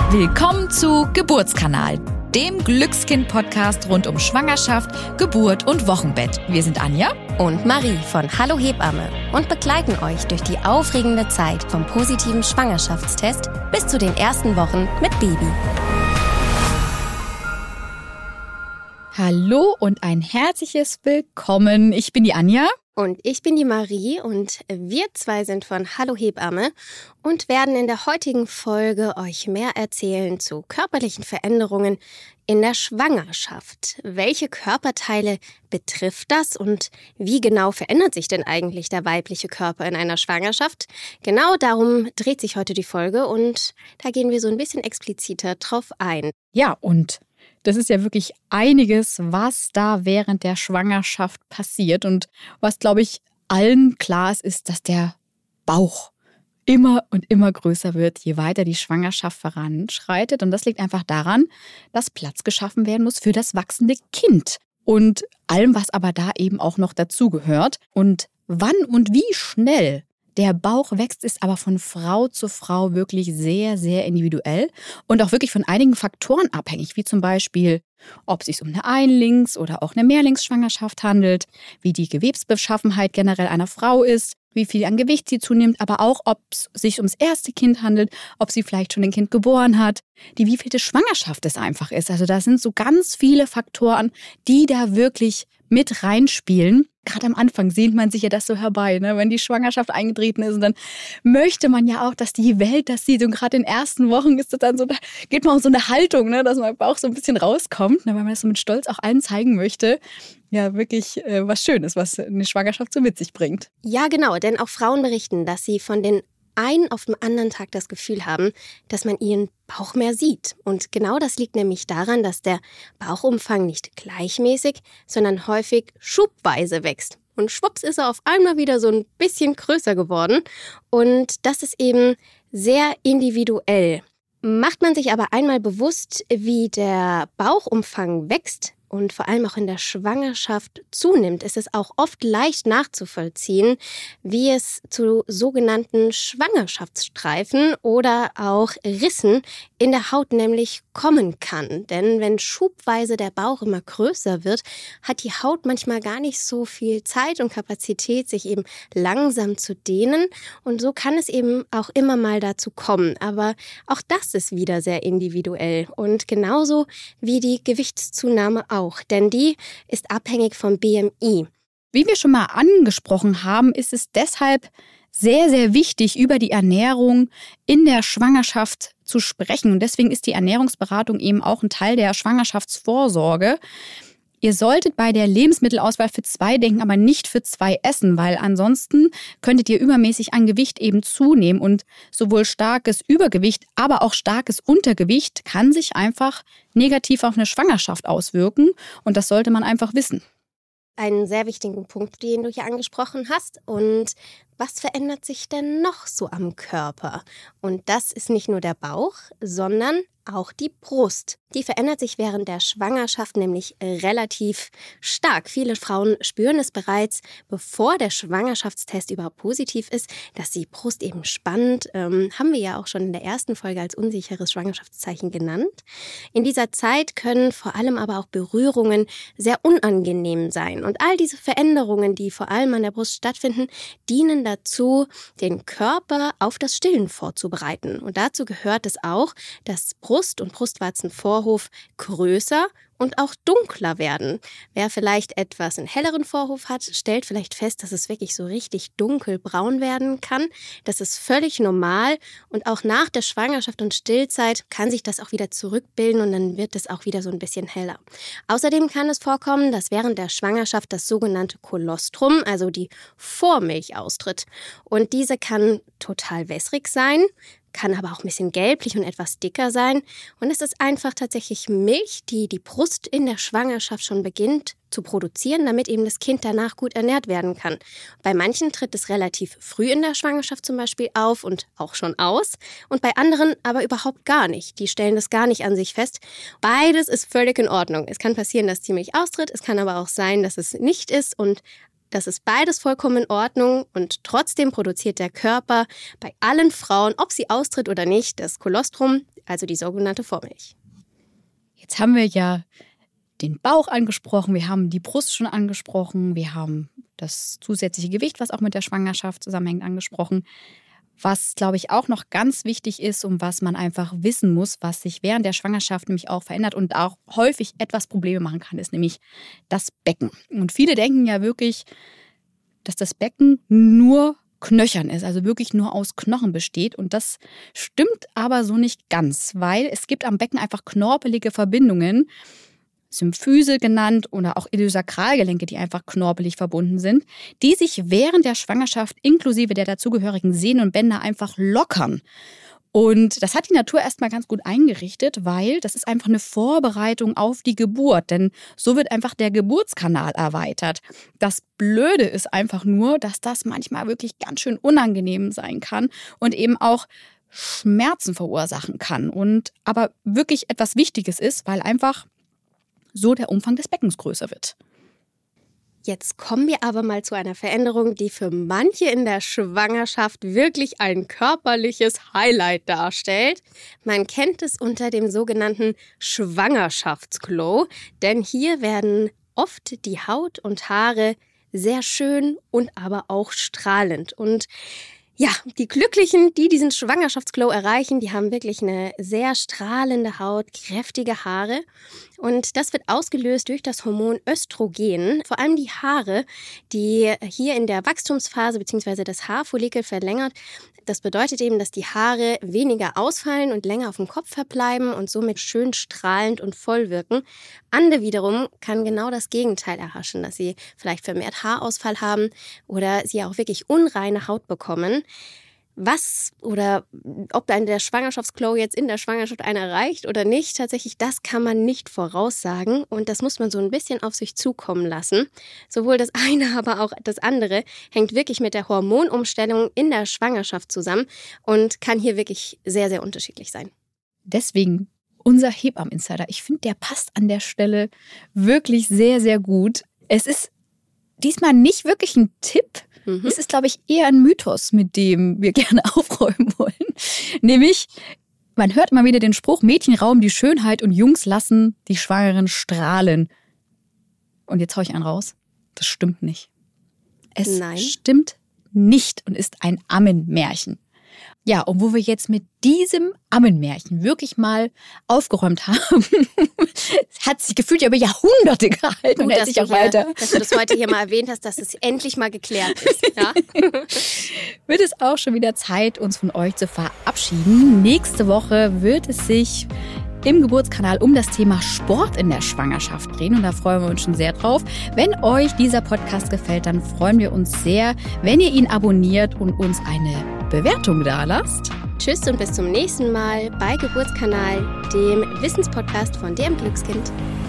Willkommen zu Geburtskanal, dem Glückskind-Podcast rund um Schwangerschaft, Geburt und Wochenbett. Wir sind Anja und Marie von Hallo Hebamme und begleiten euch durch die aufregende Zeit vom positiven Schwangerschaftstest bis zu den ersten Wochen mit Baby. Hallo und ein herzliches Willkommen. Ich bin die Anja. Und ich bin die Marie und wir zwei sind von Hallo Hebamme und werden in der heutigen Folge euch mehr erzählen zu körperlichen Veränderungen in der Schwangerschaft. Welche Körperteile betrifft das und wie genau verändert sich denn eigentlich der weibliche Körper in einer Schwangerschaft? Genau darum dreht sich heute die Folge und da gehen wir so ein bisschen expliziter drauf ein. Ja, und das ist ja wirklich einiges, was da während der Schwangerschaft passiert. Und was, glaube ich, allen klar ist, dass der Bauch immer und immer größer wird, je weiter die Schwangerschaft voranschreitet. Und das liegt einfach daran, dass Platz geschaffen werden muss für das wachsende Kind. Und allem, was aber da eben auch noch dazugehört. Und wann und wie schnell der Bauch wächst, ist aber von Frau zu Frau wirklich sehr, sehr individuell und auch wirklich von einigen Faktoren abhängig, wie zum Beispiel, ob es sich um eine Einlings- oder auch eine Mehrlingsschwangerschaft handelt, wie die Gewebsbeschaffenheit generell einer Frau ist, wie viel an Gewicht sie zunimmt, aber auch, ob es sich ums erste Kind handelt, ob sie vielleicht schon ein Kind geboren hat, die wievielte Schwangerschaft es einfach ist. Also da sind so ganz viele Faktoren, die da wirklich mit reinspielen. Gerade am Anfang sehnt man sich ja das so herbei, ne? Wenn die Schwangerschaft eingetreten ist und dann möchte man ja auch, dass die Welt das sieht. Und gerade in den ersten Wochen ist das dann so, da geht man auch so eine Haltung, ne? Dass mein Bauch so ein bisschen rauskommt, ne? Weil man das so mit Stolz auch allen zeigen möchte. Ja, wirklich was Schönes, was eine Schwangerschaft so mit sich bringt. Ja, genau, denn auch Frauen berichten, dass sie von den einen auf den anderen Tag das Gefühl haben, dass man ihren Bauch mehr sieht. Und genau das liegt nämlich daran, dass der Bauchumfang nicht gleichmäßig, sondern häufig schubweise wächst. Und schwupps ist er auf einmal wieder so ein bisschen größer geworden. Und das ist eben sehr individuell. Macht man sich aber einmal bewusst, wie der Bauchumfang wächst, und vor allem auch in der Schwangerschaft zunimmt, ist es auch oft leicht nachzuvollziehen, wie es zu sogenannten Schwangerschaftsstreifen oder auch Rissen in der Haut nämlich kommen kann. Denn wenn schubweise der Bauch immer größer wird, hat die Haut manchmal gar nicht so viel Zeit und Kapazität, sich eben langsam zu dehnen. Und so kann es eben auch immer mal dazu kommen. Aber auch das ist wieder sehr individuell und genauso wie die Gewichtszunahme auch, denn die ist abhängig vom BMI. Wie wir schon mal angesprochen haben, ist es deshalb sehr, sehr wichtig, über die Ernährung in der Schwangerschaft zu sprechen. Und deswegen ist die Ernährungsberatung eben auch ein Teil der Schwangerschaftsvorsorge. Ihr solltet bei der Lebensmittelauswahl für 2 denken, aber nicht für 2 essen, weil ansonsten könntet ihr übermäßig an Gewicht eben zunehmen. Und sowohl starkes Übergewicht, aber auch starkes Untergewicht kann sich einfach negativ auf eine Schwangerschaft auswirken. Und das sollte man einfach wissen. Einen sehr wichtigen Punkt, den du hier angesprochen hast. Und was verändert sich denn noch so am Körper? Und das ist nicht nur der Bauch, sondern auch die Brust. Die verändert sich während der Schwangerschaft nämlich relativ stark. Viele Frauen spüren es bereits, bevor der Schwangerschaftstest überhaupt positiv ist, dass die Brust eben spannt. Haben wir ja auch schon in der ersten Folge als unsicheres Schwangerschaftszeichen genannt. In dieser Zeit können vor allem aber auch Berührungen sehr unangenehm sein. Und all diese Veränderungen, die vor allem an der Brust stattfinden, dienen dazu, den Körper auf das Stillen vorzubereiten. Und dazu gehört es auch, dass Brust- und Brustwarzenvorhof größer und auch dunkler werden. Wer vielleicht etwas einen helleren Vorhof hat, stellt vielleicht fest, dass es wirklich so richtig dunkelbraun werden kann. Das ist völlig normal und auch nach der Schwangerschaft und Stillzeit kann sich das auch wieder zurückbilden und dann wird es auch wieder so ein bisschen heller. Außerdem kann es vorkommen, dass während der Schwangerschaft das sogenannte Kolostrum, also die Vormilch, austritt. Und diese kann total wässrig sein, kann aber auch ein bisschen gelblich und etwas dicker sein. Und es ist einfach tatsächlich Milch, die die Brust in der Schwangerschaft schon beginnt zu produzieren, damit eben das Kind danach gut ernährt werden kann. Bei manchen tritt es relativ früh in der Schwangerschaft zum Beispiel auf und auch schon aus. Und bei anderen aber überhaupt gar nicht. Die stellen das gar nicht an sich fest. Beides ist völlig in Ordnung. Es kann passieren, dass die Milch austritt. Es kann aber auch sein, dass es nicht ist und das ist beides vollkommen in Ordnung und trotzdem produziert der Körper bei allen Frauen, ob sie austritt oder nicht, das Kolostrum, also die sogenannte Vormilch. Jetzt haben wir ja den Bauch angesprochen, wir haben die Brust schon angesprochen, wir haben das zusätzliche Gewicht, was auch mit der Schwangerschaft zusammenhängt, angesprochen. Was, glaube ich, auch noch ganz wichtig ist und was man einfach wissen muss, was sich während der Schwangerschaft nämlich auch verändert und auch häufig etwas Probleme machen kann, ist nämlich das Becken. Und viele denken ja wirklich, dass das Becken nur knöchern ist, also wirklich nur aus Knochen besteht. Und das stimmt aber so nicht ganz, weil es gibt am Becken einfach knorpelige Verbindungen, Symphyse genannt oder auch Iliosakralgelenke, die einfach knorpelig verbunden sind, die sich während der Schwangerschaft inklusive der dazugehörigen Sehnen und Bänder einfach lockern. Und das hat die Natur erstmal ganz gut eingerichtet, weil das ist einfach eine Vorbereitung auf die Geburt, denn so wird einfach der Geburtskanal erweitert. Das Blöde ist einfach nur, dass das manchmal wirklich ganz schön unangenehm sein kann und eben auch Schmerzen verursachen kann und aber wirklich etwas Wichtiges ist, weil einfach so der Umfang des Beckens größer wird. Jetzt kommen wir aber mal zu einer Veränderung, die für manche in der Schwangerschaft wirklich ein körperliches Highlight darstellt. Man kennt es unter dem sogenannten Schwangerschaftsglow, denn hier werden oft die Haut und Haare sehr schön und aber auch strahlend. Und ja, die Glücklichen, die diesen Schwangerschaftsglow erreichen, die haben wirklich eine sehr strahlende Haut, kräftige Haare. Und das wird ausgelöst durch das Hormon Östrogen. Vor allem die Haare, die hier in der Wachstumsphase bzw. das Haarfollikel verlängert. Das bedeutet eben, dass die Haare weniger ausfallen und länger auf dem Kopf verbleiben und somit schön strahlend und voll wirken. Andere wiederum kann genau das Gegenteil erhaschen, dass sie vielleicht vermehrt Haarausfall haben oder sie auch wirklich unreine Haut bekommen. Was oder ob dann der Schwangerschaftsglow jetzt in der Schwangerschaft einen erreicht oder nicht, tatsächlich, das kann man nicht voraussagen und das muss man so ein bisschen auf sich zukommen lassen. Sowohl das eine, aber auch das andere hängt wirklich mit der Hormonumstellung in der Schwangerschaft zusammen und kann hier wirklich sehr, sehr unterschiedlich sein. Deswegen unser Hebammen-Insider. Ich finde, der passt an der Stelle wirklich sehr, sehr gut. Es ist diesmal nicht wirklich ein Tipp. Es ist, glaube ich, eher ein Mythos, mit dem wir gerne aufräumen wollen. Nämlich, man hört immer wieder den Spruch, Mädchen rauben die Schönheit und Jungs lassen die Schwangeren strahlen. Und jetzt hau ich einen raus. Das stimmt nicht. Es stimmt nicht und ist ein Ammenmärchen. Ja, und wo wir jetzt mit diesem Ammenmärchen wirklich mal aufgeräumt haben, hat sich gefühlt über Jahrhunderte gehalten und hält sich auch weiter. Dass du das heute hier mal erwähnt hast, dass es endlich mal geklärt ist. Ja? Wird es auch schon wieder Zeit, uns von euch zu verabschieden. Nächste Woche wird es sich im Geburtskanal um das Thema Sport in der Schwangerschaft drehen und da freuen wir uns schon sehr drauf. Wenn euch dieser Podcast gefällt, dann freuen wir uns sehr, wenn ihr ihn abonniert und uns eine Bewertung dalasst. Tschüss und bis zum nächsten Mal bei Geburtskanal, dem Wissenspodcast von DM Glückskind.